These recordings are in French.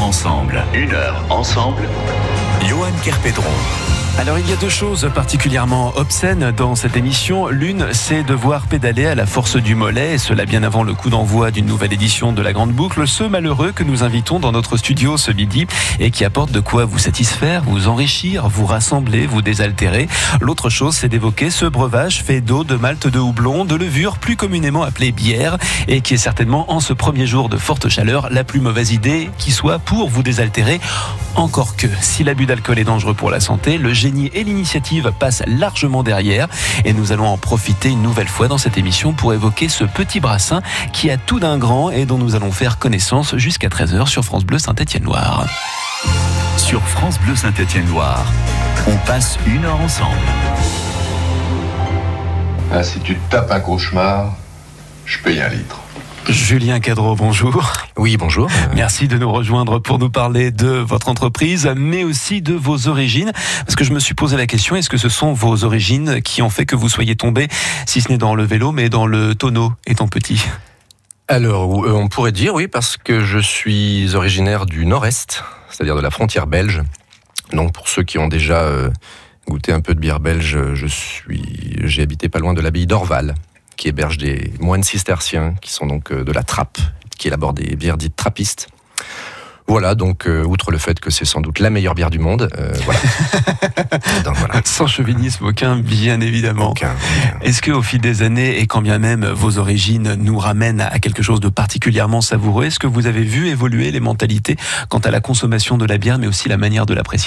ensemble. 1 heure ensemble. Johan Kerpedron. Alors il y a deux choses particulièrement obscènes dans cette émission. L'une, c'est devoir pédaler à la force du mollet, et cela bien avant le coup d'envoi d'une nouvelle édition de La Grande Boucle. Ce malheureux que nous invitons dans notre studio ce midi et qui apporte de quoi vous satisfaire, vous enrichir, vous rassembler, vous désaltérer. L'autre chose, c'est d'évoquer ce breuvage fait d'eau, de malt, de houblon, de levure, plus communément appelée bière, et qui est certainement en ce premier jour de forte chaleur la plus mauvaise idée qui soit pour vous désaltérer. Encore que, si l'abus d'alcool est dangereux pour la santé, le génie et l'initiative passent largement derrière, et nous allons en profiter une nouvelle fois dans cette émission pour évoquer ce petit brassin qui a tout d'un grand et dont nous allons faire connaissance jusqu'à 13h sur France Bleu Saint-Étienne-Loire. Sur France Bleu Saint-Étienne-Loire, on passe 1 heure ensemble. Ah, si tu te tapes un cauchemar, je paye 1 litre. Julien Cadreau, bonjour. Oui, bonjour. Merci de nous rejoindre pour nous parler de votre entreprise, mais aussi de vos origines. Parce que je me suis posé la question, est-ce que ce sont vos origines qui ont fait que vous soyez tombé, si ce n'est dans le vélo, mais dans le tonneau, étant petit ? Alors, on pourrait dire oui, parce que je suis originaire du nord-est, c'est-à-dire de la frontière belge. Donc, pour ceux qui ont déjà goûté un peu de bière belge, j'ai habité pas loin de l'abbaye d'Orval, qui héberge des moines cisterciens, qui sont donc de la Trappe, qui élabore des bières dites trappistes. Voilà, donc outre le fait que c'est sans doute la meilleure bière du monde, voilà. Donc, voilà. Sans chauvinisme aucun, bien évidemment. Aucun. Est-ce qu'au fil des années, et quand bien même vos origines nous ramènent à quelque chose de particulièrement savoureux, est-ce que vous avez vu évoluer les mentalités quant à la consommation de la bière, mais aussi la manière de l'apprécier ?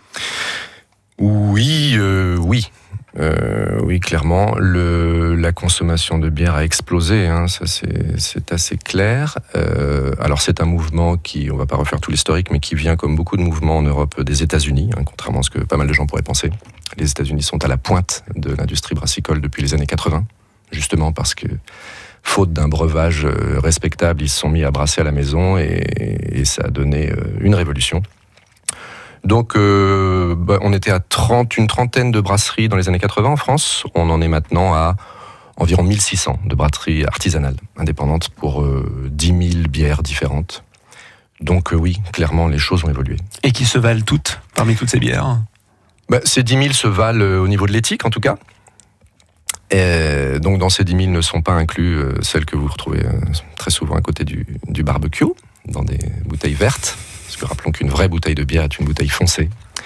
Oui. Oui, clairement, la consommation de bière a explosé, hein, ça c'est assez clair. Alors c'est un mouvement qui, on va pas refaire tout l'historique, mais qui vient comme beaucoup de mouvements en Europe des États-Unis, hein, contrairement à ce que pas mal de gens pourraient penser. Les États-Unis sont à la pointe de l'industrie brassicole depuis les années 80, justement parce que, faute d'un breuvage respectable, ils se sont mis à brasser à la maison et ça a donné une révolution. Donc, on était à une trentaine de brasseries dans les années 80 en France. On en est maintenant à environ 1600 de brasseries artisanales, indépendantes, pour 10 000 bières différentes. Donc oui, clairement, les choses ont évolué. Et qui se valent toutes, parmi toutes ces bières ? Ces 10 000 se valent au niveau de l'éthique, en tout cas. Et donc, dans ces 10 000 ne sont pas inclus celles que vous retrouvez très souvent à côté du barbecue, dans des bouteilles vertes. Parce que rappelons qu'une vraie bouteille de bière est une bouteille foncée.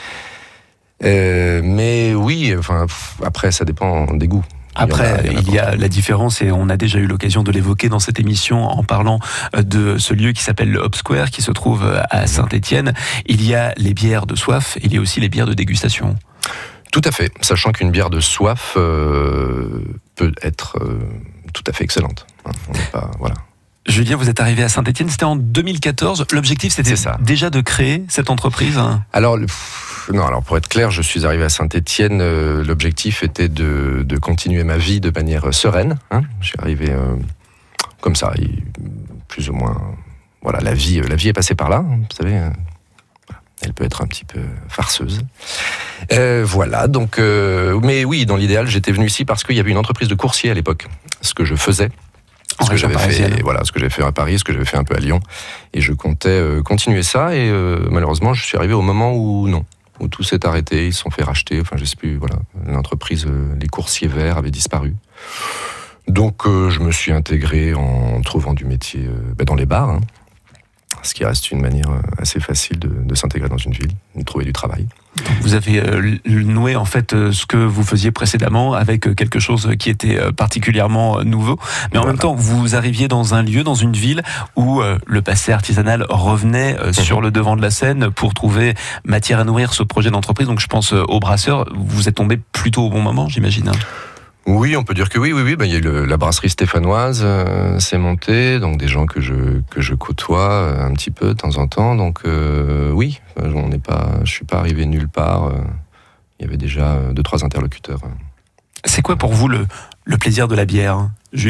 Mais oui, enfin, après, ça dépend des goûts. Après, il y a la différence, et on a déjà eu l'occasion de l'évoquer dans cette émission en parlant de ce lieu qui s'appelle le Hop Square, qui se trouve à Saint-Étienne. Il y a les bières de soif, il y a aussi les bières de dégustation. Tout à fait, sachant qu'une bière de soif peut être tout à fait excellente. On n'est pas, voilà. Julien, vous êtes arrivé à Saint-Étienne, c'était en 2014. L'objectif, c'était déjà de créer cette entreprise ? Alors, alors pour être clair, je suis arrivé à Saint-Étienne. L'objectif était de continuer ma vie de manière sereine. Hein. Je suis arrivé comme ça, plus ou moins. Voilà, la vie est passée par là. Vous savez, elle peut être un petit peu farceuse. Voilà, donc. Mais oui, dans l'idéal, j'étais venu ici parce qu'il y avait une entreprise de coursier à l'époque. Ce que je faisais. Ce que j'avais fait à Paris, ce que j'avais fait un peu à Lyon, et je comptais continuer ça. Et malheureusement, je suis arrivé au moment où tout s'est arrêté, ils se sont fait racheter. Enfin, je sais plus. Voilà, l'entreprise, les coursiers verts avaient disparu. Donc, je me suis intégré en trouvant du métier dans les bars, hein, ce qui reste une manière assez facile de s'intégrer dans une ville, de trouver du travail. Vous avez noué en fait ce que vous faisiez précédemment avec quelque chose qui était particulièrement nouveau. Mais en même temps, vous arriviez dans un lieu, dans une ville où le passé artisanal revenait sur le devant de la scène pour trouver matière à nourrir ce projet d'entreprise. Donc je pense aux brasseurs. Vous êtes tombé plutôt au bon moment, j'imagine. Oui, on peut dire que oui. Il y a eu la brasserie stéphanoise, s'est montée, donc des gens que je côtoie un petit peu de temps en temps. Donc oui, je suis pas arrivé nulle part. Il y avait déjà 2-3 interlocuteurs. C'est quoi pour vous le plaisir de la bière, Julien ?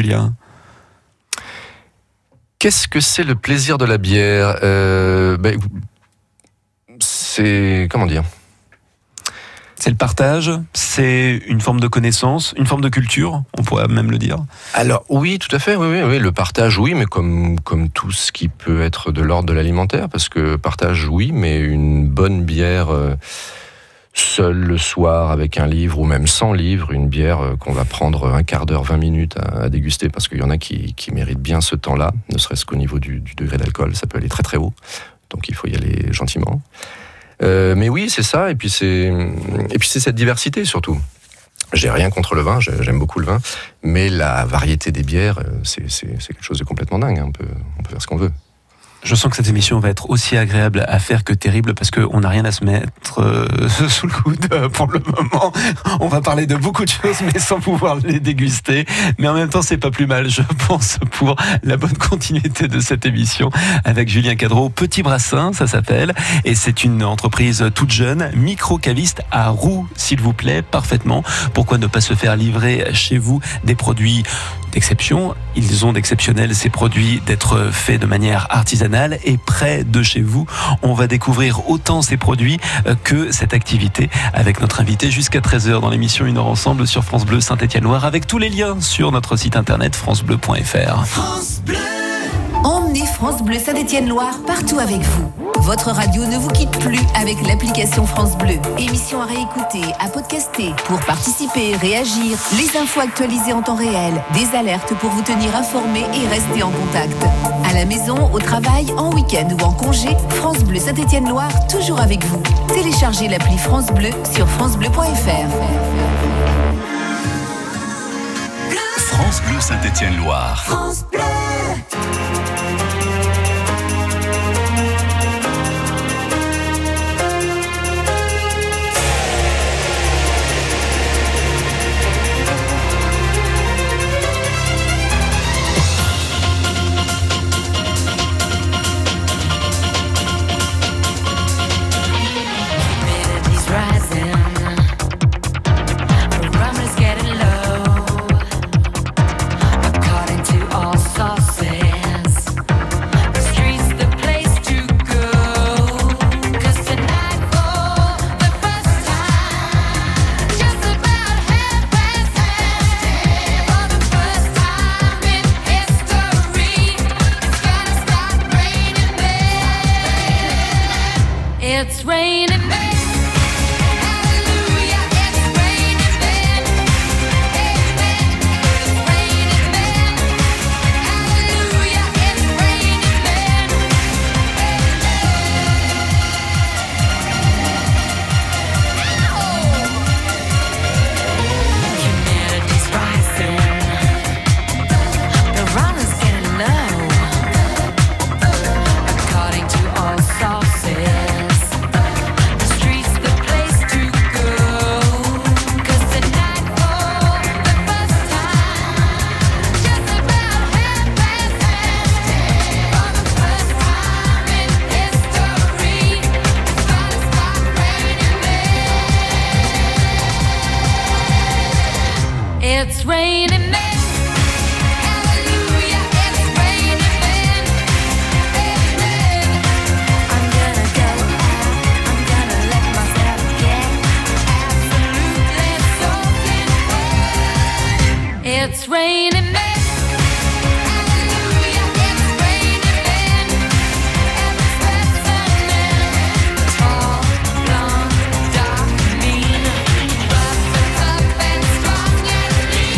Qu'est-ce que c'est le plaisir de la bière ? C'est comment dire ? C'est le partage, c'est une forme de connaissance, une forme de culture, on pourrait même le dire. Alors oui, tout à fait, oui, le partage, oui, mais comme tout ce qui peut être de l'ordre de l'alimentaire, parce que partage, oui, mais une bonne bière seule le soir avec un livre ou même sans livre, une bière qu'on va prendre un quart d'heure, 20 minutes à déguster, parce qu'il y en a qui méritent bien ce temps-là, ne serait-ce qu'au niveau du degré d'alcool, ça peut aller très très haut, donc il faut y aller gentiment. Mais oui, c'est ça, et puis c'est cette diversité surtout. J'ai rien contre le vin, j'aime beaucoup le vin, mais la variété des bières, c'est quelque chose de complètement dingue, on peut faire ce qu'on veut. Je sens que cette émission va être aussi agréable à faire que terrible parce qu'on n'a rien à se mettre sous le coude pour le moment. On va parler de beaucoup de choses mais sans pouvoir les déguster. Mais en même temps, c'est pas plus mal, je pense, pour la bonne continuité de cette émission avec Julien Cadreau. Petit Brassin, ça s'appelle. Et c'est une entreprise toute jeune, micro-caviste à Roux, s'il vous plaît, parfaitement. Pourquoi ne pas se faire livrer chez vous des produits d'exception? Ils ont d'exceptionnel ces produits d'être faits de manière artisanale et près de chez vous. On va découvrir autant ces produits que cette activité avec notre invité jusqu'à 13h dans l'émission Une heure ensemble sur France Bleu Saint-Étienne-Loire avec tous les liens sur notre site internet francebleu.fr. France Bleu. Emmenez France Bleu Saint-Étienne-Loire partout avec vous. Votre radio ne vous quitte plus avec l'application France Bleu. Émission à réécouter, à podcaster. Pour participer, réagir, les infos actualisées en temps réel, des alertes pour vous tenir informés et rester en contact. À la maison, au travail, en week-end ou en congé, France Bleu Saint-Étienne-Loire, toujours avec vous. Téléchargez l'appli France Bleu sur francebleu.fr. France Bleu Saint-Étienne-Loire. France Bleu. It's raining men. Hallelujah, it's raining men. Amen. It's raining men. Hallelujah, it's raining men. Amen. Humanity's rising. The run is getting low. According to all sources. It's raining men. Hallelujah, it's raining men. Amen. I'm gonna go out. I'm gonna let myself get absolutely soaking wet. It's raining men. Hallelujah, it's raining men. Every specimen. Tall, blonde, dark, mean. Rough and tough and strong and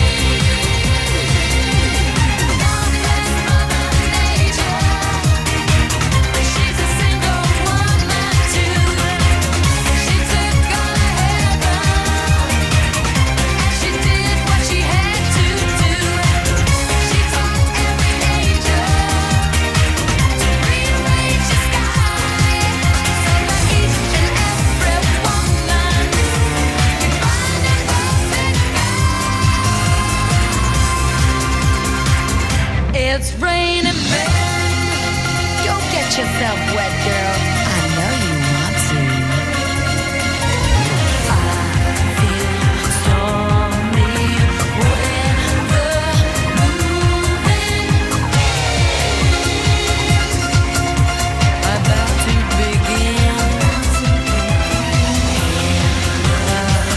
she's a single woman too. She took on a heaven, and she did what she had to do. She taught every angel to rearrange the sky, so that each and every woman can find a perfect guy. It's raining men. You'll get yourself wet, girl. I know you want to. I feel stormy weather moving, about to begin. And the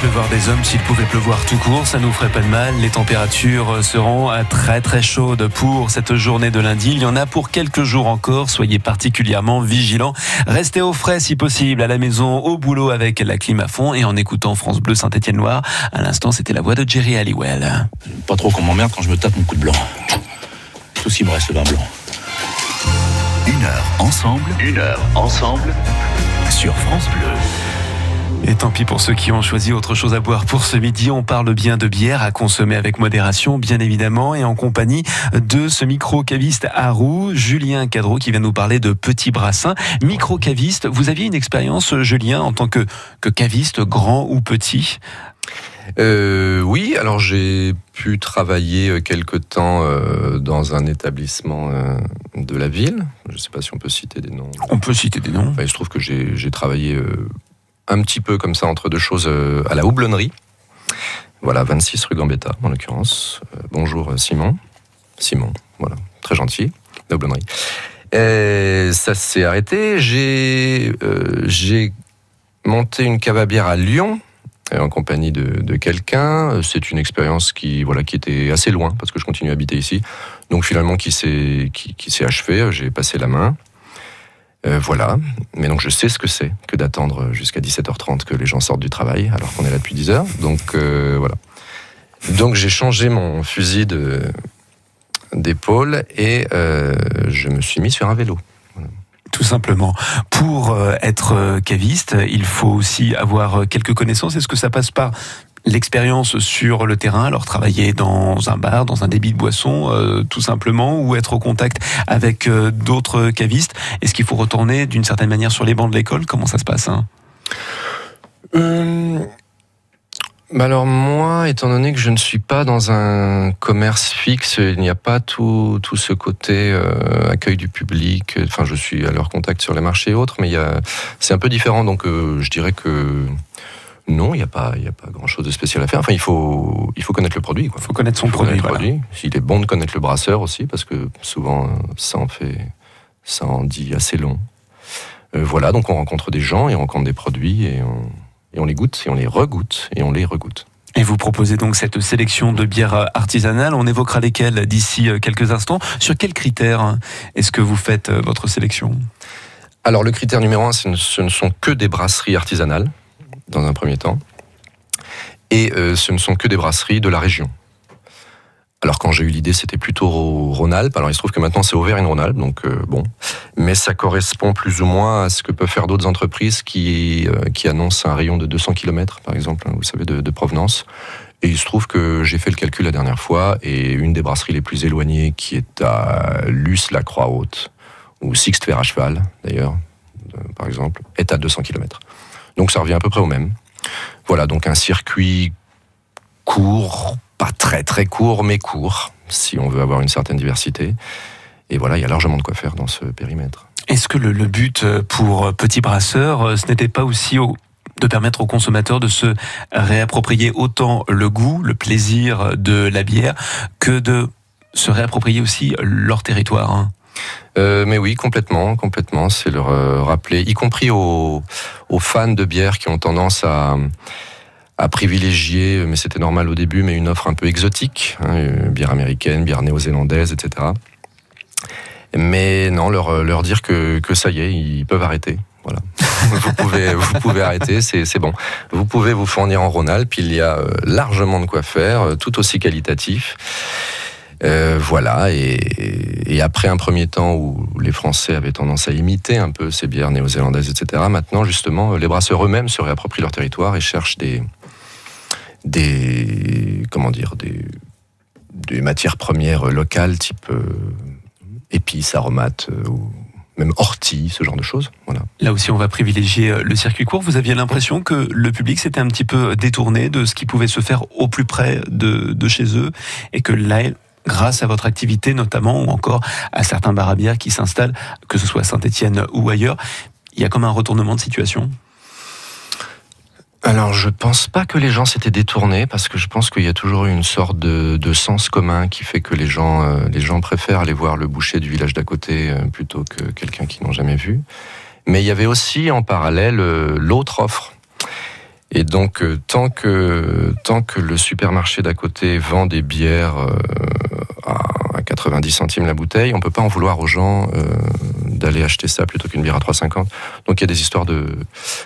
pleuvoir des hommes, s'il pouvait pleuvoir tout court, ça nous ferait pas de mal. Les températures seront très très chaudes pour cette journée de lundi. Il y en a pour quelques jours encore. Soyez particulièrement vigilants. Restez au frais si possible, à la maison, au boulot avec la clim à fond et en écoutant France Bleu Saint-Étienne-Loire. À l'instant, c'était la voix de Jerry Halliwell. Pas trop qu'on m'emmerde quand je me tape mon coup de blanc. Tout ce qui me reste, le vin blanc. 1 heure ensemble sur France Bleu. Et tant pis pour ceux qui ont choisi autre chose à boire pour ce midi. On parle bien de bière à consommer avec modération, bien évidemment, et en compagnie de ce micro-caviste à roue, Julien Cadreau, qui vient nous parler de Petit Brassin. Micro-caviste, vous aviez une expérience, Julien, en tant que caviste, grand ou petit ? Oui, alors j'ai pu travailler quelque temps dans un établissement de la ville. Je ne sais pas si on peut citer des noms. On peut citer des noms. Enfin, il se trouve que j'ai travaillé un petit peu comme ça entre deux choses à la houblonnerie. Voilà, 26 rue Gambetta en l'occurrence. Bonjour Simon. Simon, voilà, très gentil, la houblonnerie. Ça s'est arrêté. J'ai monté une cave à bière à Lyon en compagnie de quelqu'un. C'est une expérience qui était assez loin parce que je continue à habiter ici. Donc finalement qui s'est achevée. J'ai passé la main. Voilà, mais donc je sais ce que c'est que d'attendre jusqu'à 17h30 que les gens sortent du travail alors qu'on est là depuis 10h. Donc voilà. Donc j'ai changé mon fusil d'épaule et je me suis mis sur un vélo. Voilà. Tout simplement. Pour être caviste, il faut aussi avoir quelques connaissances. Est-ce que ça passe par l'expérience sur le terrain, alors travailler dans un bar, dans un débit de boisson, tout simplement, ou être au contact avec d'autres cavistes? Est-ce qu'il faut retourner d'une certaine manière sur les bancs de l'école? Comment ça se passe, hein? Alors moi, étant donné que je ne suis pas dans un commerce fixe, il n'y a pas tout ce côté accueil du public. Enfin, je suis à leur contact sur les marchés et autres, mais c'est un peu différent. Donc je dirais que non, il n'y a pas grand-chose de spécial à faire. Enfin, il faut connaître le produit. Il faut connaître son produit. Il est bon de connaître le brasseur aussi, parce que souvent, ça en dit assez long. Voilà, donc on rencontre des gens, et on rencontre des produits, et on les goûte, et on les regoute, et on les regoute. Et vous proposez donc cette sélection de bières artisanales. On évoquera lesquelles d'ici quelques instants. Sur quels critères est-ce que vous faites votre sélection? Alors, le critère numéro 1, ce ne sont que des brasseries artisanales, dans un premier temps, et ce ne sont que des brasseries de la région. Alors quand j'ai eu l'idée, c'était plutôt au Rhône-Alpes. Alors il se trouve que maintenant c'est Auvergne-Rhône-Alpes, donc bon. Mais ça correspond plus ou moins à ce que peuvent faire d'autres entreprises qui annoncent un rayon de 200 km, par exemple, vous savez, de provenance. Et il se trouve que j'ai fait le calcul la dernière fois, et une des brasseries les plus éloignées, qui est à Luce-la-Croix-Haute, ou Sixte-Fer-à-Cheval, d'ailleurs, par exemple, est à 200 km. Donc ça revient à peu près au même. Voilà, donc un circuit court, pas très très court, mais court, si on veut avoir une certaine diversité. Et voilà, il y a largement de quoi faire dans ce périmètre. Est-ce que le but pour Petit Brasseur, ce n'était pas aussi de permettre aux consommateurs de se réapproprier autant le goût, le plaisir de la bière, que de se réapproprier aussi leur territoire, hein? Mais oui, complètement. C'est leur rappeler, y compris aux fans de bière qui ont tendance à privilégier, mais c'était normal au début, mais une offre un peu exotique, bière américaine, bière néo-zélandaise, etc. Mais non, leur dire que ça y est, ils peuvent arrêter. Voilà. Vous pouvez arrêter, c'est bon. Vous pouvez vous fournir en Rhône-Alpes, il y a largement de quoi faire, tout aussi qualitatif. Voilà, et après un premier temps où les Français avaient tendance à imiter un peu ces bières néo-zélandaises, etc., maintenant, justement, les brasseurs eux-mêmes se réapproprient leur territoire et cherchent des matières premières locales, type épices, aromates, ou même orties, ce genre de choses. Voilà. Là aussi, on va privilégier le circuit court. Vous aviez l'impression que le public s'était un petit peu détourné de ce qui pouvait se faire au plus près de chez eux, et que là, grâce à votre activité notamment, ou encore à certains bars à bière qui s'installent, que ce soit à Saint-Étienne ou ailleurs, il y a comme un retournement de situation? Alors, je pense pas que les gens s'étaient détournés, parce que je pense qu'il y a toujours une sorte de sens commun qui fait que les gens préfèrent aller voir le boucher du village d'à côté plutôt que quelqu'un qu'ils n'ont jamais vu. Mais il y avait aussi en parallèle l'autre offre. Et donc, tant que le supermarché d'à côté vend des bières à 90 centimes la bouteille, on peut pas en vouloir aux gens d'aller acheter ça plutôt qu'une bière à 3,50. Donc il y a des histoires de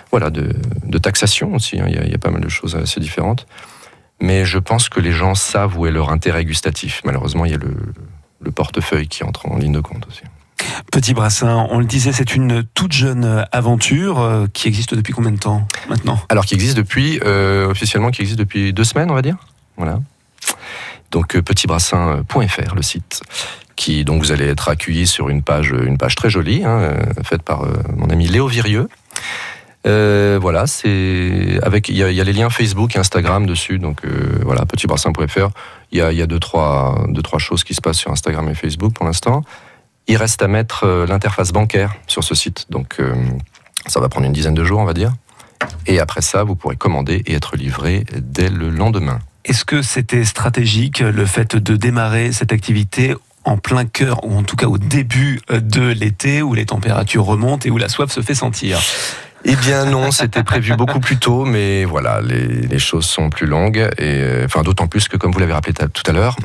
taxation aussi, hein. Il y a pas mal de choses assez différentes. Mais je pense que les gens savent où est leur intérêt gustatif. Malheureusement, il y a le portefeuille qui entre en ligne de compte aussi. Petit Brassin, on le disait, c'est une toute jeune aventure qui existe depuis combien de temps maintenant ? Alors qui existe officiellement qui existe depuis 2 semaines, on va dire. Voilà. Donc petitbrassin.fr, le site, qui donc vous allez être accueillis sur une page très jolie, hein, faite par mon ami Léo Virieux. Voilà, c'est avec il y a les liens Facebook et Instagram dessus, donc voilà, petitbrassin.fr. Il y a deux trois choses qui se passent sur Instagram et Facebook pour l'instant. Il reste à mettre l'interface bancaire sur ce site, donc ça va prendre une dizaine de jours, on va dire. Et après ça, vous pourrez commander et être livré dès le lendemain. Est-ce que c'était stratégique, le fait de démarrer cette activité en plein cœur, ou en tout cas au début de l'été, où les températures remontent et où la soif se fait sentir ? Eh bien non, c'était prévu beaucoup plus tôt, mais voilà, les choses sont plus longues, et enfin d'autant plus que, comme vous l'avez rappelé tout à l'heure,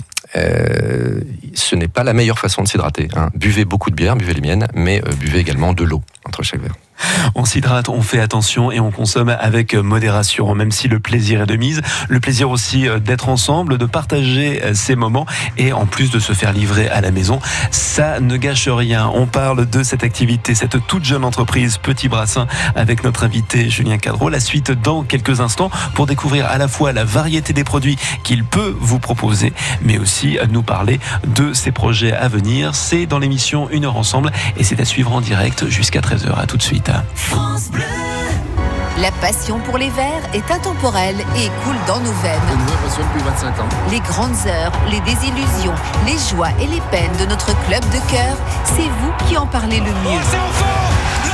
ce n'est pas la meilleure façon de s'hydrater, hein. Buvez beaucoup de bière, buvez les miennes, mais buvez également de l'eau entre chaque verre. On s'hydrate, on fait attention et on consomme avec modération, même si le plaisir est de mise. Le plaisir aussi d'être ensemble, de partager ces moments et en plus de se faire livrer à la maison, ça ne gâche rien. On parle de cette activité, cette toute jeune entreprise Petit Brassin avec notre invité Julien Cadreau. La suite dans quelques instants pour découvrir à la fois la variété des produits qu'il peut vous proposer, mais aussi nous parler de ses projets à venir. C'est dans l'émission 1 heure ensemble et c'est à suivre en direct jusqu'à 13h. À tout de suite. France Bleu. La passion pour les verts est intemporelle et coule dans nos veines. Une passion depuis 25 ans. Les grandes heures, les désillusions, les joies et les peines de notre club de cœur, c'est vous qui en parlez le mieux. C'est enfant.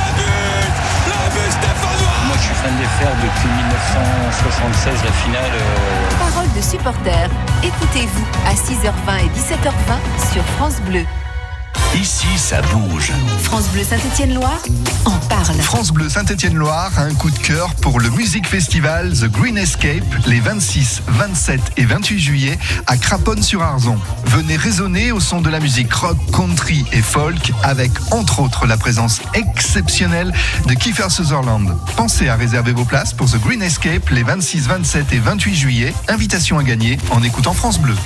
Le but stéphanois. Moi, je suis fan des Fers depuis 1976, la finale. Parole de supporters. Écoutez-vous à 6h20 et 17h20 sur France Bleu. Ici, ça bouge. France Bleu Saint-Étienne-Loire en parle. France Bleu Saint-Étienne-Loire a un coup de cœur pour le Music Festival The Green Escape les 26, 27 et 28 juillet à Craponne-sur-Arzon. Venez résonner au son de la musique rock, country et folk avec entre autres la présence exceptionnelle de Kiefer Sutherland. Pensez à réserver vos places pour The Green Escape les 26, 27 et 28 juillet. Invitation à gagner en écoutant France Bleu.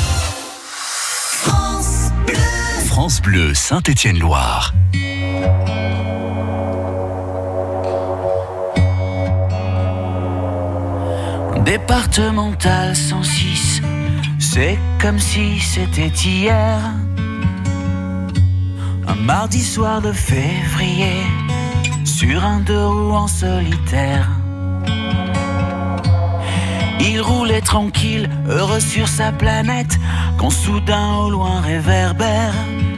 France Bleu Saint-Étienne-Loire. Départemental 106, c'est comme si c'était hier. Un mardi soir de février, sur un 2 roues en solitaire. Il roulait tranquille, heureux sur sa planète, quand soudain au loin réverbère.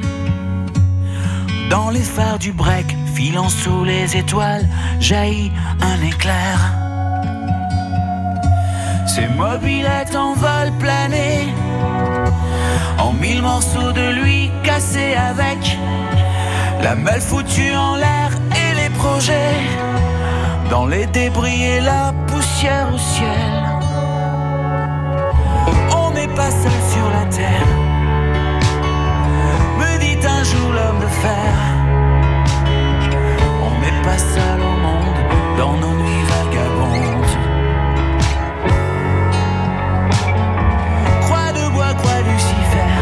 Dans les phares du break, filant sous les étoiles, jaillit un éclair. Ses mobylettes en vol plané, en 1000 morceaux de lui cassés avec la meule foutue en l'air et les projets dans les débris et la poussière au ciel. On n'est pas seul sur la terre, me dit un jour l'homme de fer. On n'est pas seul au monde dans nos nuits vagabondes. Croix de bois, croix Lucifer,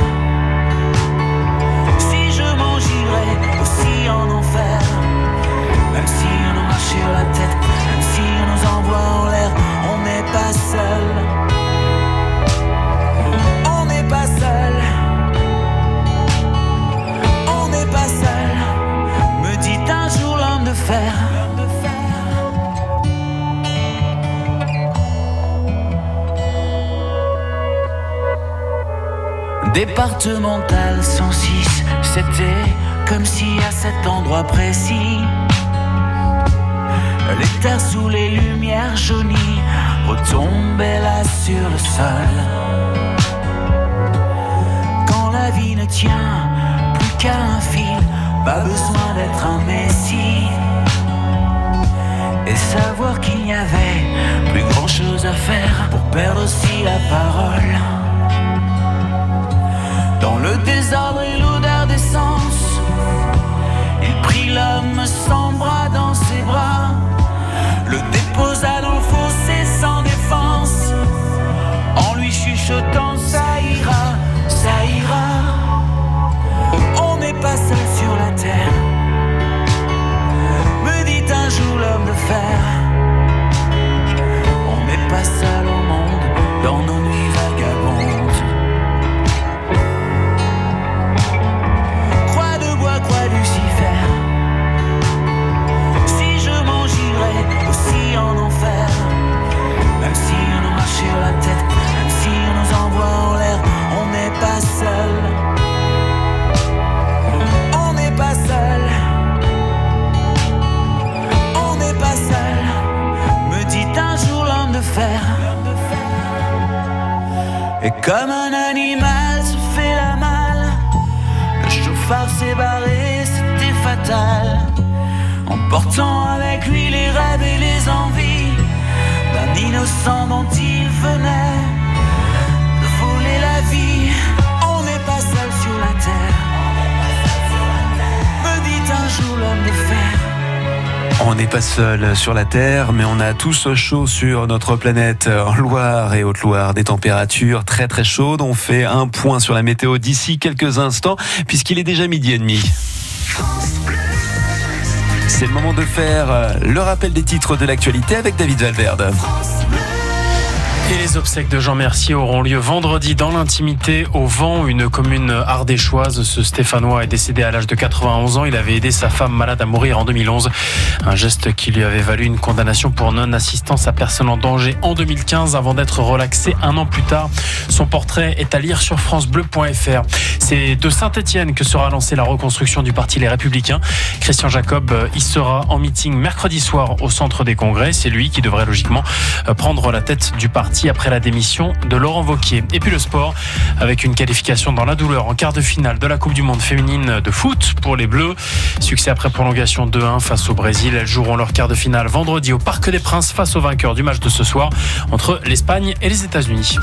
si je m'en girais aussi en enfer. Même si on nous marche sur la tête, même si on nous envoie en l'air, on n'est pas seul. On n'est pas seul. On n'est pas seul, me dit un jour l'homme de fer. Départemental 106, c'était comme si à cet endroit précis, les terres sous les lumières jaunies retombaient là sur le sol. Quand la vie ne tient plus qu'à un fil, pas besoin d'être un messie, et savoir qu'il n'y avait plus grand chose à faire pour perdre aussi la parole. Dans le désordre et l'odeur d'essence, il prit l'homme sans bras dans ses bras, le déposa dans le fossé sans défense, en lui chuchotant ça ira, ça ira. On n'est pas seul sur la terre, me dit un jour l'homme de fer. On n'est pas seul au monde, dans nos nuits vagabondes. Croix de bois, croix Lucifer, si je m'en j'irai aussi en enfer. Même si on nous marche sur la tête, même si on nous envoie en l'air, on n'est pas seul. On n'est pas seul. On n'est pas seul, me dit un jour l'homme de fer. Et comme un animal se fait la malle, le chauffard s'est barré, c'était fatal, emportant avec lui les rêves et les envies d'un innocent dont il venait de voler la vie. On n'est pas seul sur la terre, me dit un jour l'homme de fer. On n'est pas seul sur la Terre, mais on a tous chaud sur notre planète. En Loire et Haute-Loire, des températures très très chaudes. On fait un point sur la météo d'ici quelques instants, puisqu'il est déjà 12h30. C'est le moment de faire le rappel des titres de l'actualité avec David Valverde. Et les obsèques de Jean Mercier auront lieu vendredi dans l'intimité au Vent, une commune ardéchoise. Ce Stéphanois est décédé à l'âge de 91 ans. Il avait aidé sa femme malade à mourir en 2011. Un geste qui lui avait valu une condamnation pour non-assistance à personne en danger en 2015 avant d'être relaxé un an plus tard. Son portrait est à lire sur francebleu.fr. C'est de Saint-Étienne que sera lancée la reconstruction du parti Les Républicains. Christian Jacob y sera en meeting mercredi soir au centre des congrès. C'est lui qui devrait logiquement prendre la tête du parti après la démission de Laurent Wauquiez. Et puis le sport, avec une qualification dans la douleur en quart de finale de la Coupe du Monde féminine de foot pour les Bleus. Succès après prolongation 2-1 face au Brésil. Elles joueront leur quart de finale vendredi au Parc des Princes face au vainqueur du match de ce soir entre l'Espagne et les États-Unis.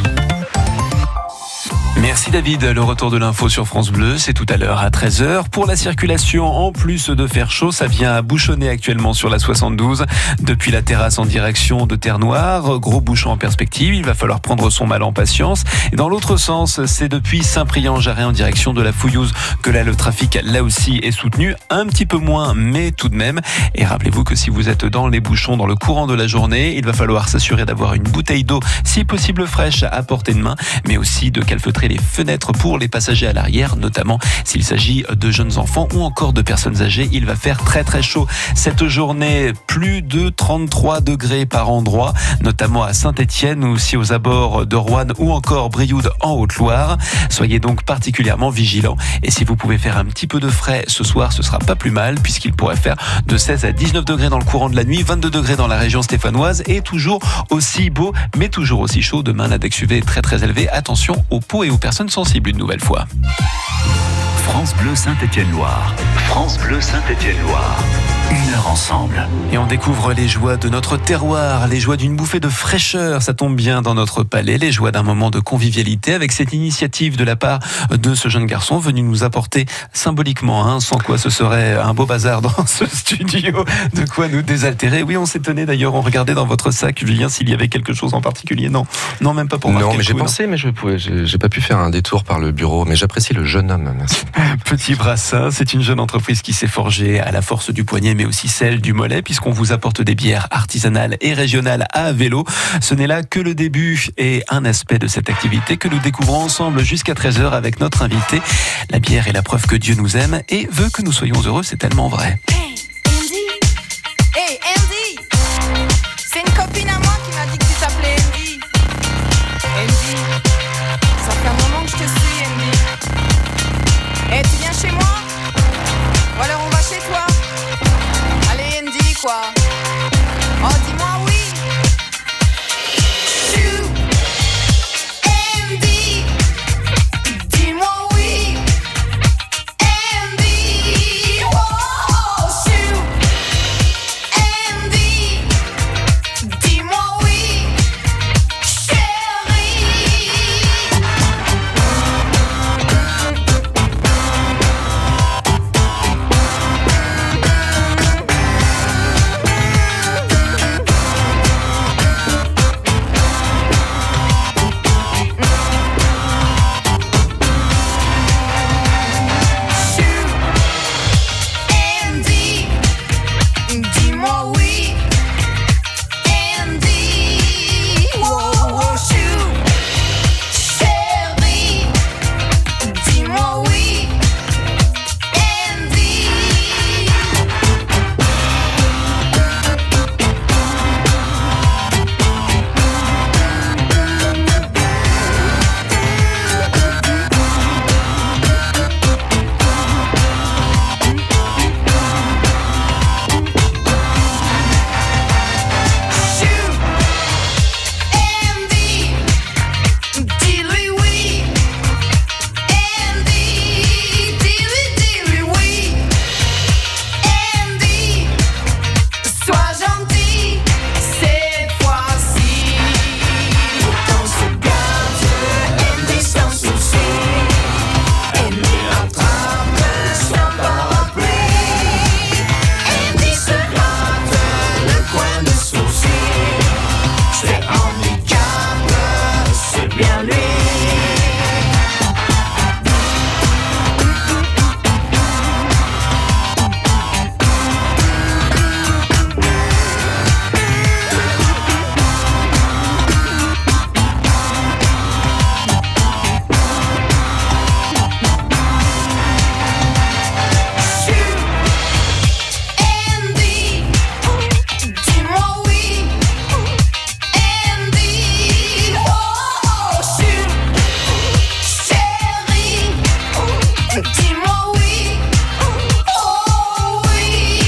Merci David, le retour de l'info sur France Bleu, c'est tout à l'heure à 13h. Pour la circulation, en plus de faire chaud, ça vient à bouchonner actuellement sur la 72, depuis la terrasse en direction de Terre-Noire. Gros bouchon en perspective, il va falloir prendre son mal en patience. Et dans l'autre sens, c'est depuis Saint-Priant-Jarret en direction de la Fouillouse que là le trafic, là aussi, est soutenu. Un petit peu moins, mais tout de même. Et rappelez-vous que si vous êtes dans les bouchons dans le courant de la journée, il va falloir s'assurer d'avoir une bouteille d'eau, si possible fraîche, à portée de main, mais aussi de calfeutrer les fenêtres pour les passagers à l'arrière, notamment s'il s'agit de jeunes enfants ou encore de personnes âgées. Il va faire très très chaud cette journée, plus de 33 degrés par endroit, notamment à Saint-Étienne ou aussi aux abords de Roanne ou encore Brioude en Haute-Loire. Soyez donc particulièrement vigilants et si vous pouvez faire un petit peu de frais ce soir, ce sera pas plus mal puisqu'il pourrait faire de 16 à 19 degrés dans le courant de la nuit, 22 degrés dans la région stéphanoise et toujours aussi beau mais toujours aussi chaud. Demain, l'index UV est très très élevé. Attention aux peaux et aux personnes sensibles une nouvelle fois. France Bleu Saint-Étienne-Loire. France Bleu Saint-Étienne-Loire. 1 heure ensemble. Et on découvre les joies de notre terroir, les joies d'une bouffée de fraîcheur, ça tombe bien dans notre palais, les joies d'un moment de convivialité avec cette initiative de la part de ce jeune garçon venu nous apporter symboliquement, sans quoi ce serait un beau bazar dans ce studio, de quoi nous désaltérer. Oui, on s'étonnait d'ailleurs, on regardait dans votre sac, Julien, s'il y avait quelque chose en particulier. Non, même pas pour marquer Non, mais le j'ai coup, pensé, mais j'ai pas pu faire un détour par le bureau, mais j'apprécie le jeune homme, merci. Petit Brassin, c'est une jeune entreprise qui s'est forgée à la force du poignet, mais aussi celle du mollet, puisqu'on vous apporte des bières artisanales et régionales à vélo. Ce n'est là que le début et un aspect de cette activité que nous découvrons ensemble jusqu'à 13h avec notre invité. La bière est la preuve que Dieu nous aime et veut que nous soyons heureux, c'est tellement vrai. Hey Andy, c'est une copine à moi qui m'a dit que tu t'appelais Andy. Andy, ça fait un moment que je te suis, Andy. Eh, tu viens chez moi? Ou alors on va chez toi? Allez Andy, quoi. Oh, dis-moi oui. Chou, Andy, dis-moi oui. Andy, oh, chou, Andy. Dis-moi oui, oh oui.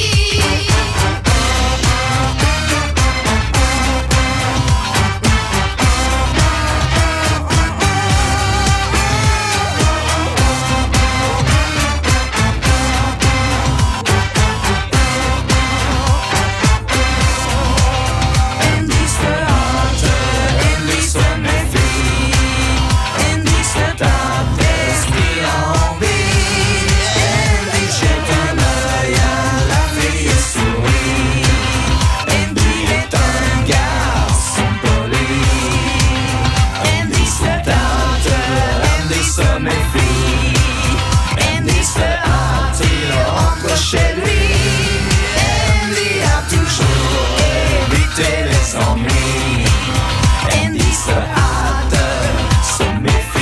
En diese Arte, en diese Mephi, en diese Tat est envie, en die jette un œil à la fille sourit, en die est un garçon poli, en diese Tat, en diese Mephi, en diese Art, il rentre chez lui, en die a toujours évité les ennuis, en diese Art se méfie.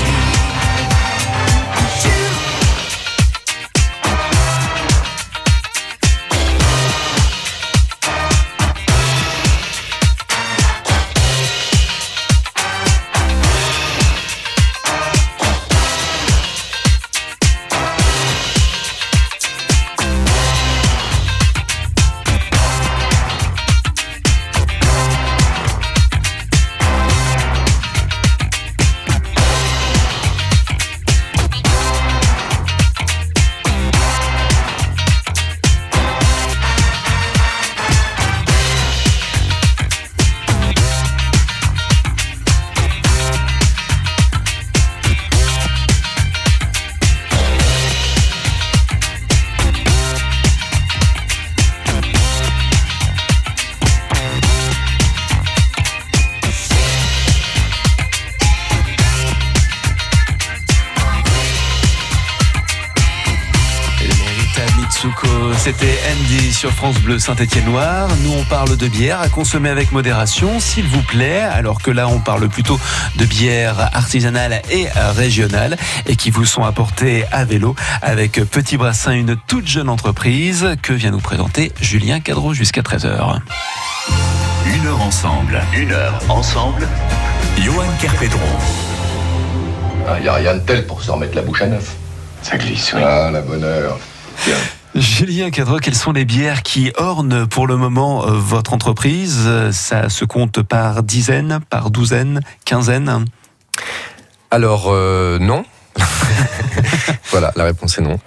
C'était Andy sur France Bleu Saint-Étienne-Loire. Nous, on parle de bière à consommer avec modération, s'il vous plaît, alors que là, on parle plutôt de bière artisanale et régionale et qui vous sont apportées à vélo avec Petit Brassin, une toute jeune entreprise que vient nous présenter Julien Cadreau jusqu'à 13h. 1 heure ensemble. 1 heure ensemble. Johan Kerpedron. Il n'y a rien de tel pour se remettre la bouche à neuf. Ça glisse, oui. Ah, la bonne heure. Tiens. Julien Cadreau, quelles sont les bières qui ornent pour le moment votre entreprise? Ça se compte par dizaines, par douzaines, quinzaines? Alors, non. Voilà, la réponse est non.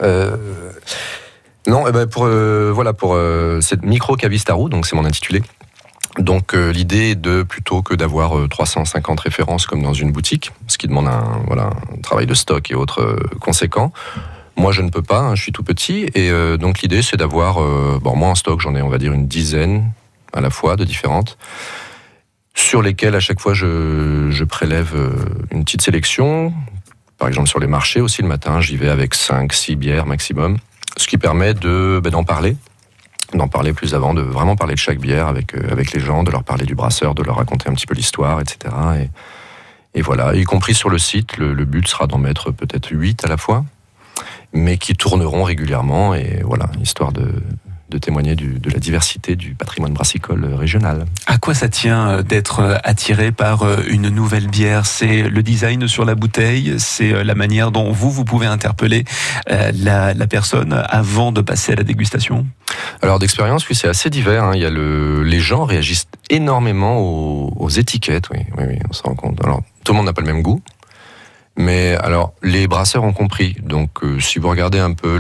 Non, pour cette micro Cavistarou, donc c'est mon intitulé. Donc l'idée est de, plutôt que d'avoir 350 références comme dans une boutique, ce qui demande un travail de stock et autres conséquent. Moi, je ne peux pas, je suis tout petit, et donc l'idée, c'est d'avoir, moi en stock, j'en ai, on va dire, une dizaine à la fois de différentes, sur lesquelles à chaque fois je prélève une petite sélection. Par exemple, sur les marchés aussi, le matin, j'y vais avec 5-6 bières maximum, ce qui permet d'en parler plus avant, de vraiment parler de chaque bière avec les gens, de leur parler du brasseur, de leur raconter un petit peu l'histoire, etc. Et voilà, y compris sur le site, le but sera d'en mettre peut-être 8 à la fois, mais qui tourneront régulièrement, et voilà, histoire de témoigner de la diversité du patrimoine brassicole régional. À quoi ça tient d'être attiré par une nouvelle bière? C'est le design sur la bouteille, c'est la manière dont vous pouvez interpeller la personne avant de passer à la dégustation? Alors d'expérience, oui, c'est assez divers, hein. Il y a les gens réagissent énormément aux étiquettes, oui, on s'en rend compte. Alors, tout le monde n'a pas le même goût, mais alors les brasseurs ont compris. Donc si vous regardez un peu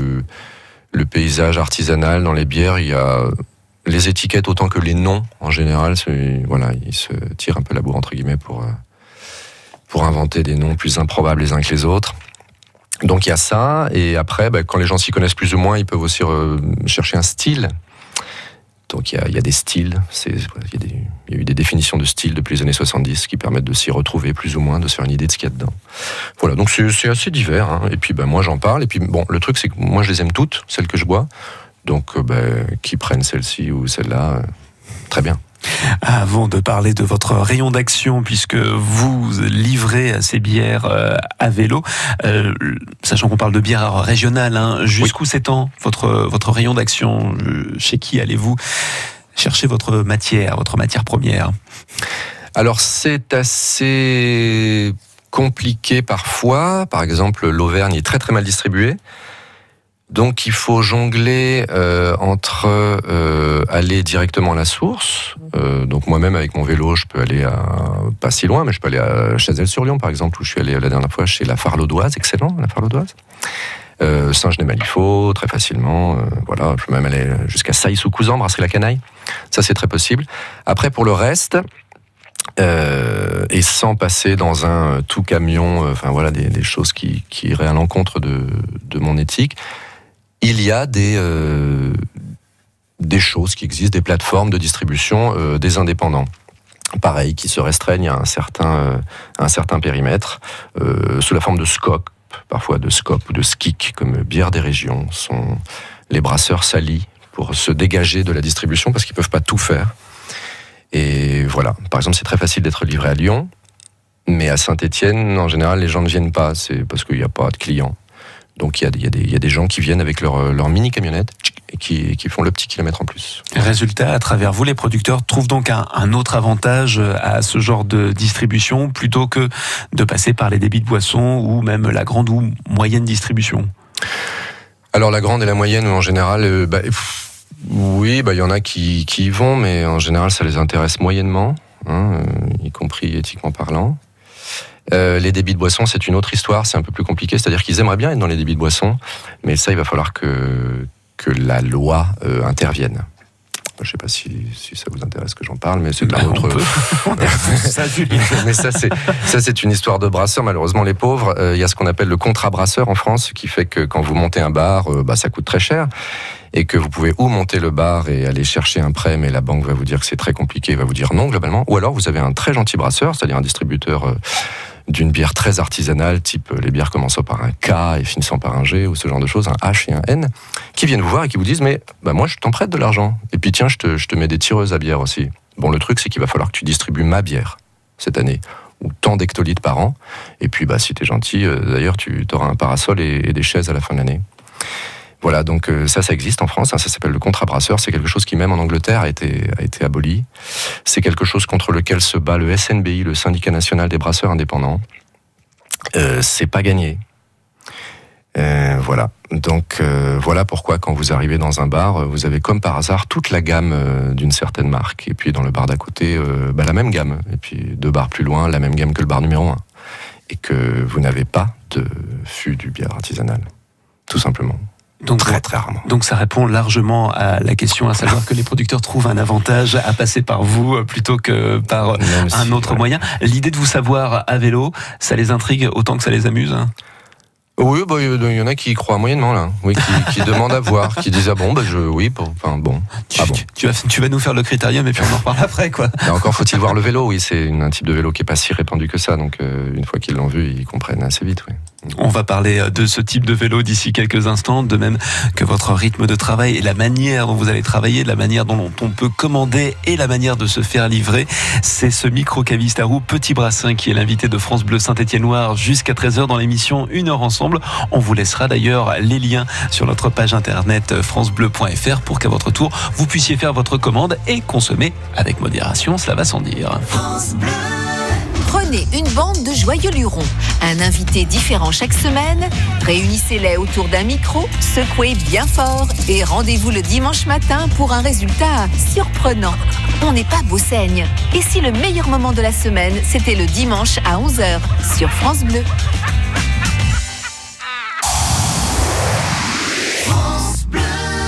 le paysage artisanal dans les bières, il y a les étiquettes autant que les noms en général. Ils se tirent un peu la bourre entre guillemets pour inventer des noms plus improbables les uns que les autres. Donc il y a ça, et après, quand les gens s'y connaissent plus ou moins, ils peuvent aussi chercher un style. Donc il y a des styles, il y a eu des définitions de style depuis les années 70 qui permettent de s'y retrouver plus ou moins, de se faire une idée de ce qu'il y a dedans. Voilà, donc c'est assez divers, hein. Et puis moi j'en parle, et puis le truc c'est que moi je les aime toutes, celles que je bois, donc qui prennent celle-ci ou celle-là, très bien. Avant de parler de votre rayon d'action, puisque vous livrez ces bières à vélo, sachant qu'on parle de bière régionale, hein, jusqu'où s'étend votre rayon d'action? Chez qui allez-vous chercher votre matière première? Alors c'est assez compliqué parfois. Par exemple, l'Auvergne est très très mal distribuée. Donc il faut jongler entre aller directement à la source. Donc moi-même avec mon vélo, je peux aller pas si loin, mais je peux aller à Chazelles-sur-Lyon par exemple, où je suis allé la dernière fois chez la Farlaudoise, excellent, la Farlaudoise. Saint-Genès-Malifaux, très facilement. Voilà, je peux même aller jusqu'à Sailly-sous-Couzan, Brasserie-la-Canaille. Ça c'est très possible. Après pour le reste, et sans passer dans un tout camion, enfin voilà des choses qui iraient à l'encontre de mon éthique. Il y a des choses qui existent, des plateformes de distribution des indépendants. Pareil, qui se restreignent à un certain périmètre, sous la forme de SCOP, parfois de SCOP ou de SKIC, comme Bière des Régions, sont les brasseurs salis pour se dégager de la distribution parce qu'ils ne peuvent pas tout faire. Et voilà, par exemple, c'est très facile d'être livré à Lyon, mais à Saint-Étienne, en général, les gens ne viennent pas, c'est parce qu'il n'y a pas de clients. Donc il y a des gens qui viennent avec leur mini-camionnette et qui font le petit kilomètre en plus. Résultat, à travers vous, les producteurs trouvent donc un autre avantage à ce genre de distribution plutôt que de passer par les débits de boissons ou même la grande ou moyenne distribution. Alors la grande et la moyenne, en général, oui, il y en a qui y vont, mais en général ça les intéresse moyennement, y compris éthiquement parlant. Les débits de boissons, c'est une autre histoire, c'est un peu plus compliqué, c'est-à-dire qu'ils aimeraient bien être dans les débits de boissons, mais ça, il va falloir que la loi intervienne. Je ne sais pas si ça vous intéresse que j'en parle, mais c'est un autre... Mais ça, c'est une histoire de brasseur. Malheureusement, les pauvres, il y a ce qu'on appelle le contrat brasseur en France, qui fait que quand vous montez un bar, ça coûte très cher, et que vous pouvez ou monter le bar et aller chercher un prêt, mais la banque va vous dire que c'est très compliqué, va vous dire non, globalement, ou alors vous avez un très gentil brasseur, c'est-à-dire un distributeur... d'une bière très artisanale, type les bières commençant par un K et finissant par un G, ou ce genre de choses, un H et un N, qui viennent vous voir et qui vous disent « mais moi je t'en prête de l'argent, et puis tiens, je te mets des tireuses à bière aussi ». Bon, le truc c'est qu'il va falloir que tu distribues ma bière cette année, ou tant d'hectolitres par an, et puis si t'es gentil, d'ailleurs tu auras un parasol et des chaises à la fin de l'année. Voilà, donc ça existe en France, ça s'appelle le contrat brasseur, c'est quelque chose qui même en Angleterre a été aboli. C'est quelque chose contre lequel se bat le SNBI, le syndicat national des brasseurs indépendants. C'est pas gagné. Voilà, donc voilà pourquoi quand vous arrivez dans un bar, vous avez comme par hasard toute la gamme d'une certaine marque, et puis dans le bar d'à côté, la même gamme, et puis 2 bars plus loin, la même gamme que le bar numéro 1, et que vous n'avez pas de fût du bière artisanal, tout simplement. Donc, très très rarement. Donc ça répond largement à la question, à savoir que les producteurs trouvent un avantage à passer par vous plutôt que par un autre moyen. L'idée de vous savoir à vélo, ça les intrigue autant que ça les amuse? Oui, il y en a qui y croient moyennement là, oui, qui demandent à voir, qui disent Tu vas nous faire le critérium et puis on en reparle après, quoi. Là encore, faut-il voir le vélo, oui, c'est un type de vélo qui est pas si répandu que ça, donc une fois qu'ils l'ont vu, ils comprennent assez vite, oui. On va parler de ce type de vélo d'ici quelques instants, de même que votre rythme de travail et la manière dont vous allez travailler, la manière dont on peut commander et la manière de se faire livrer. C'est ce micro-caviste à roues Petit Brassin qui est l'invité de France Bleu Saint-Étienne-Loire jusqu'à 13h dans l'émission 1 heure ensemble. On vous laissera d'ailleurs les liens sur notre page internet francebleu.fr pour qu'à votre tour, vous puissiez faire votre commande et consommer avec modération, cela va sans dire. France Bleu. Prenez une bande de joyeux lurons, un invité différent chaque semaine, réunissez-les autour d'un micro, secouez bien fort et rendez-vous le dimanche matin pour un résultat surprenant. On n'est pas Beauseigne. Et si le meilleur moment de la semaine, c'était le dimanche à 11h sur France Bleu. France Bleu.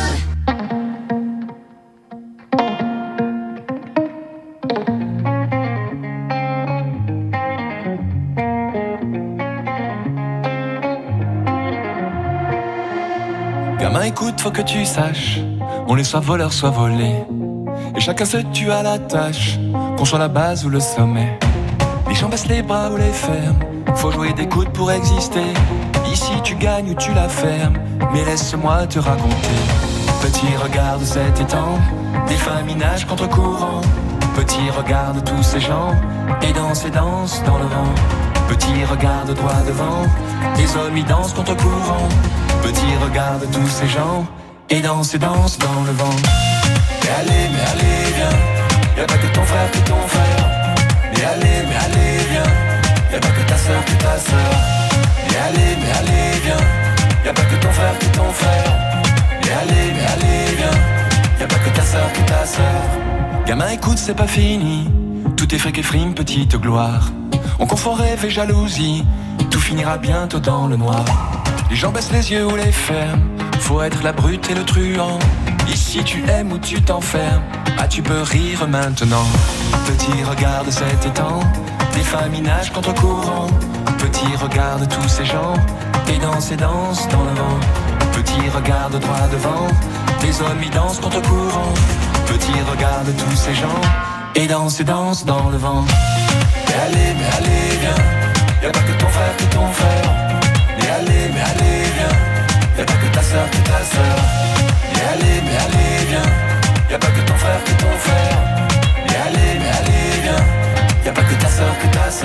Gamin, écoute, faut que tu saches, on est soit voleur, soit volé. Et chacun se tue à la tâche, qu'on soit la base ou le sommet. Les gens baissent les bras ou les ferment, faut jouer des coudes pour exister. Ici tu gagnes ou tu la fermes, mais laisse-moi te raconter. Petit, regarde cet étang, des familles nagent contre courant. Petit, regarde tous ces gens, et dansent dans le vent. Petit, regarde droit devant, les hommes y dansent contre courant. Petit, regarde tous ces gens, et dansent dans le vent. Mais allez, viens, y'a pas que ton frère, mais allez, viens, Y'a pas que ta sœur, Mais allez, viens. Y'a pas que ton frère, Mais allez, viens. Y'a pas que ta sœur, Gamin, écoute, c'est pas fini. Tout est fric et frime, petite gloire. On confond rêve et jalousie. Tout finira bientôt dans le noir. Les gens baissent les yeux ou les ferment. Faut être la brute et le truand. Ici tu aimes ou tu t'enfermes. Ah, tu peux rire maintenant. Petit, regarde cet étang. Des femmes y nagent contre courant. Petit, regarde tous ces gens. Et dansent dans le vent. Petit, regarde droit devant. Des hommes y dansent contre courant. Petit, regarde tous ces gens. Et dansent dans le vent. Mais allez, viens. Y'a pas que ton frère, Mais allez, viens. Y'a pas que ta sœur, Mais allez, viens. Y'a pas que ton frère, Mais allez, viens. Y'a pas que ta sœur,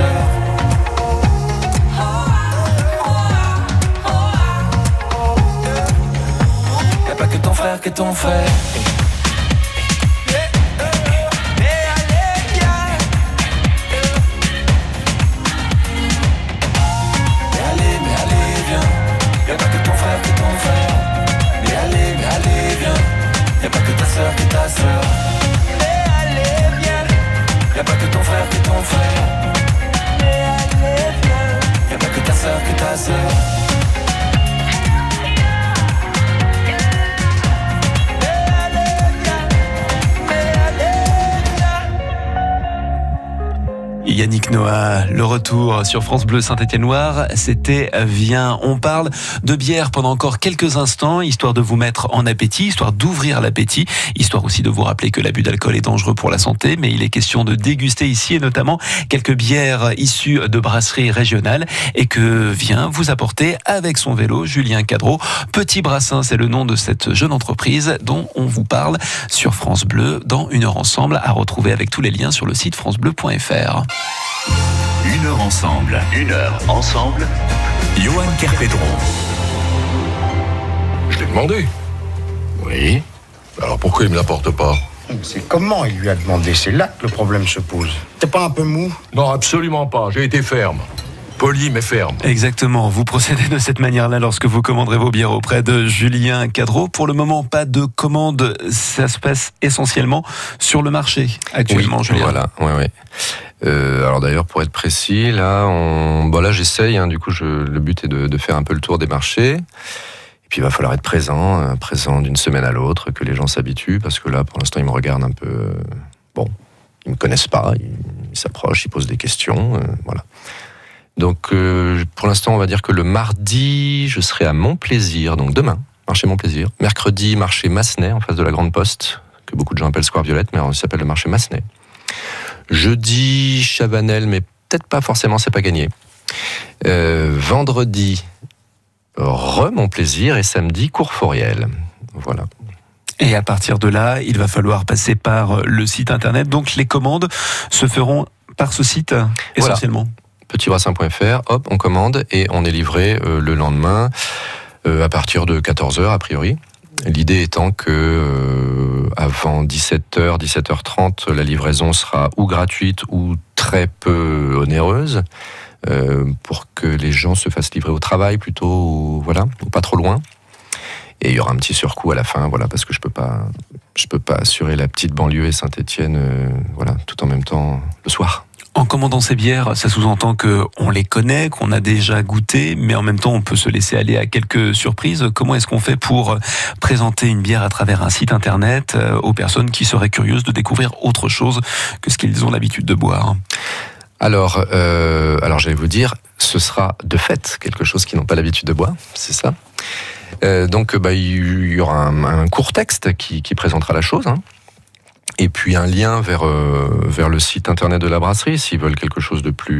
Y'a pas que ton frère, Y'a pas que ta sœur, Mais allez, viens. Y'a pas que ton frère, Mais allez, viens. Y'a pas que ta sœur, Yannick Noah, le retour sur France Bleu Saint-Étienne-Loire, c'était Viens. On parle de bière pendant encore quelques instants, histoire de vous mettre en appétit, histoire d'ouvrir l'appétit, histoire aussi de vous rappeler que l'abus d'alcool est dangereux pour la santé, mais il est question de déguster ici et notamment quelques bières issues de brasseries régionales et que vient vous apporter avec son vélo Julien Cadreau. Petit Brassin, c'est le nom de cette jeune entreprise dont on vous parle sur France Bleu dans Une heure ensemble, à retrouver avec tous les liens sur le site francebleu.fr. Une heure ensemble, Johan Kerpedron. Je l'ai demandé. Oui. Alors pourquoi il me l'apporte pas? C'est comment il lui a demandé, c'est là que le problème se pose. T'es pas un peu mou? Non, absolument pas. J'ai été ferme. Poli mais ferme. Exactement, vous procédez de cette manière-là lorsque vous commanderez vos bières auprès de Julien Cadreau. Pour le moment, pas de commande, ça se passe essentiellement sur le marché actuellement, oui, Julien. Voilà, ouais. Alors d'ailleurs, pour être précis, là, j'essaye, du coup, le but est de faire un peu le tour des marchés. Et puis il va falloir être présent d'une semaine à l'autre, que les gens s'habituent, parce que là, pour l'instant, ils me regardent un peu... ils me connaissent pas, ils s'approchent, ils posent des questions, voilà. Donc, pour l'instant, on va dire que le mardi, je serai à Montplaisir, donc demain, marché Montplaisir. Mercredi, marché Massenet, en face de la Grande Poste, que beaucoup de gens appellent Square Violette, mais il s'appelle le marché Massenet. Jeudi, Chabanel, mais peut-être pas forcément, c'est pas gagné. Vendredi, Montplaisir, et samedi, Courforiel. Voilà. Et à partir de là, il va falloir passer par le site internet. Donc, les commandes se feront par ce site, essentiellement. Voilà. Petitbrassin.fr, hop, on commande et on est livré le lendemain à partir de 14h a priori. L'idée étant que avant 17h, 17h30, la livraison sera ou gratuite ou très peu onéreuse pour que les gens se fassent livrer au travail plutôt, ou pas trop loin. Et il y aura un petit surcoût à la fin, parce que je peux pas assurer la petite banlieue et Saint-Étienne, tout en même temps le soir. En commandant ces bières, ça sous-entend qu'on les connaît, qu'on a déjà goûté, mais en même temps, on peut se laisser aller à quelques surprises. Comment est-ce qu'on fait pour présenter une bière à travers un site internet aux personnes qui seraient curieuses de découvrir autre chose que ce qu'ils ont l'habitude de boire ? Alors, j'allais vous dire, ce sera de fait quelque chose qu'ils n'ont pas l'habitude de boire, c'est ça. Donc, il y aura un court texte qui présentera la chose, et puis un lien vers le site internet de la brasserie, s'ils veulent quelque chose de plus...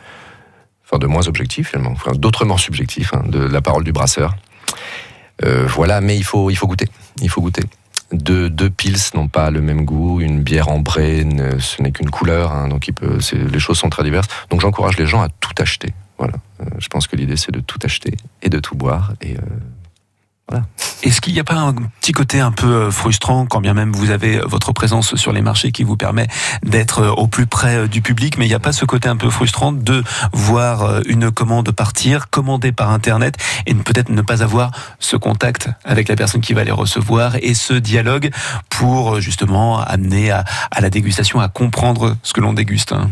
de moins objectif, finalement, d'autrement subjectif, de la parole du brasseur. Mais il faut goûter. Il faut goûter. Deux pils n'ont pas le même goût, une bière ambrée, ce n'est qu'une couleur, donc les choses sont très diverses. Donc j'encourage les gens à tout acheter. Voilà. Je pense que l'idée, c'est de tout acheter et de tout boire, et voilà. Est-ce qu'il n'y a pas un petit côté un peu frustrant, quand bien même vous avez votre présence sur les marchés qui vous permet d'être au plus près du public, mais il n'y a pas ce côté un peu frustrant de voir une commande partir, commandée par Internet, et peut-être ne pas avoir ce contact avec la personne qui va les recevoir et ce dialogue pour justement amener à la dégustation, à comprendre ce que l'on déguste, hein.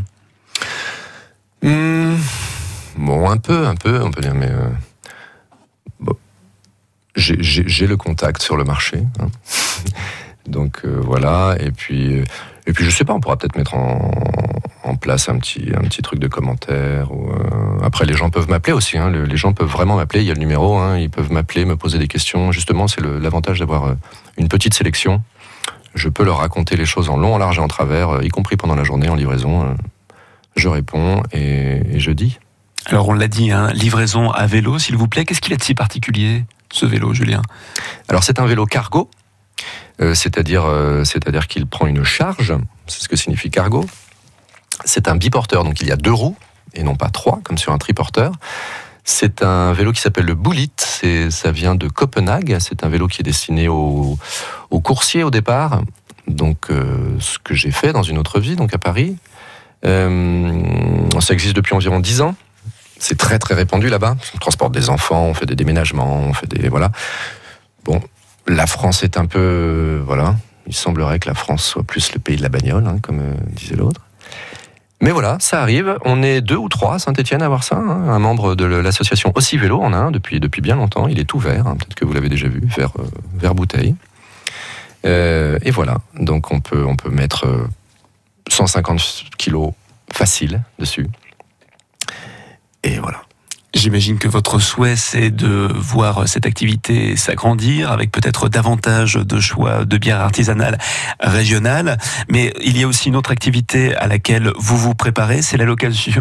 Bon, un peu, on peut dire, mais bon, j'ai le contact sur le marché, hein. Donc voilà, et puis je sais pas, on pourra peut-être mettre en place un petit truc de commentaire. Ou, après, les gens peuvent m'appeler aussi, hein. Les gens peuvent vraiment m'appeler, il y a le numéro, hein. Ils peuvent m'appeler, me poser des questions. Justement, c'est l'avantage d'avoir une petite sélection. Je peux leur raconter les choses en long, en large et en travers, y compris pendant la journée en livraison. Je réponds et je dis. Alors on l'a dit, hein, livraison à vélo, s'il vous plaît. Qu'est-ce qu'il a de si particulier, ce vélo, Julien ? Alors c'est un vélo cargo, c'est-à-dire qu'il prend une charge, c'est ce que signifie cargo. C'est un biporteur, donc il y a 2 roues, et non pas 3, comme sur un triporteur. C'est un vélo qui s'appelle le Bullitt, ça vient de Copenhague, c'est un vélo qui est destiné aux coursiers au départ, donc ce que j'ai fait dans une autre vie, donc à Paris. Ça existe depuis environ 10 ans. C'est très très répandu là-bas. On transporte des enfants, on fait des déménagements, on fait des... Voilà. Bon, la France est un peu... Voilà. Il semblerait que la France soit plus le pays de la bagnole, hein, comme disait l'autre. Mais voilà, ça arrive. On est 2 ou 3 à Saint-Étienne à avoir ça, hein. Un membre de l'association Aussi Vélo en a un depuis bien longtemps. Il est tout vert, hein. Peut-être que vous l'avez déjà vu, vert bouteille. Et voilà. Donc on peut mettre 150 kilos facile dessus. Et voilà. J'imagine que votre souhait, c'est de voir cette activité s'agrandir avec peut-être davantage de choix de bières artisanales régionales. Mais il y a aussi une autre activité à laquelle vous vous préparez, c'est l'allocation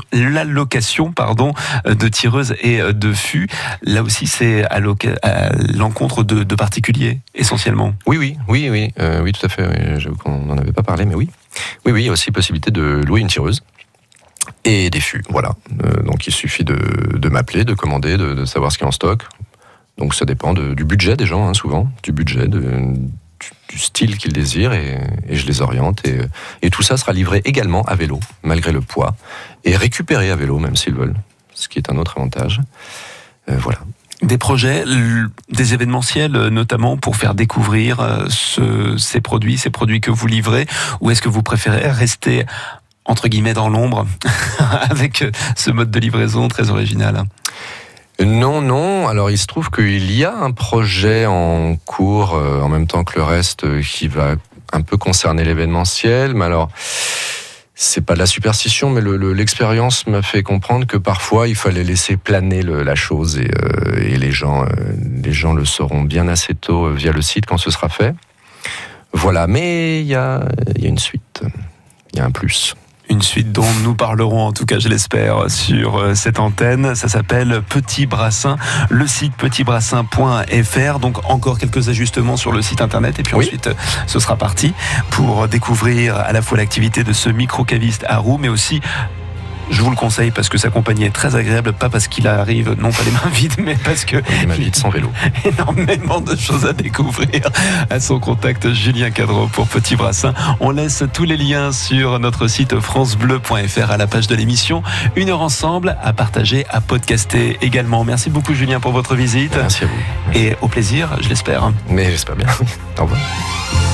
de tireuses et de fûts. Là aussi, c'est à l'encontre de particuliers, essentiellement. Oui, tout à fait. Oui, j'avoue qu'on n'en avait pas parlé, mais oui. Oui, il y a aussi possibilité de louer une tireuse. Et des fûts, voilà. Donc il suffit de m'appeler, de commander, de savoir ce qu'il y a en stock. Donc ça dépend du budget des gens, hein, souvent, du budget, du style qu'ils désirent, et je les oriente. Et tout ça sera livré également à vélo, malgré le poids, et récupéré à vélo, même s'ils veulent, ce qui est un autre avantage. Voilà. Des projets, des événementiels notamment pour faire découvrir ces produits que vous livrez, ou est-ce que vous préférez rester entre guillemets dans l'ombre avec ce mode de livraison très original? Non. Alors il se trouve qu'il y a un projet en cours en même temps que le reste qui va un peu concerner l'événementiel, mais alors c'est pas de la superstition, mais l'expérience m'a fait comprendre que parfois il fallait laisser planer la chose, et les gens le sauront bien assez tôt via le site quand ce sera fait. Voilà, mais il y a une suite, il y a un plus. Une suite dont nous parlerons, en tout cas je l'espère, sur cette antenne. Ça s'appelle Petit Brassin, le site petitbrassin.fr. Donc encore quelques ajustements sur le site internet, et puis ensuite ce sera parti pour découvrir à la fois l'activité de ce micro-caviste à Roux, mais aussi, je vous le conseille parce que sa compagnie est très agréable, pas parce qu'il arrive non pas les mains vides, mais parce que les mains vides sans vélo. Énormément de choses à découvrir. À son contact, Julien Cadreau pour Petit Brassin. On laisse tous les liens sur notre site francebleu.fr à la page de l'émission. 1 heure ensemble, à partager, à podcaster également. Merci beaucoup Julien pour votre visite. Merci à vous. Merci. Et au plaisir, je l'espère. Mais j'espère bien. Au revoir.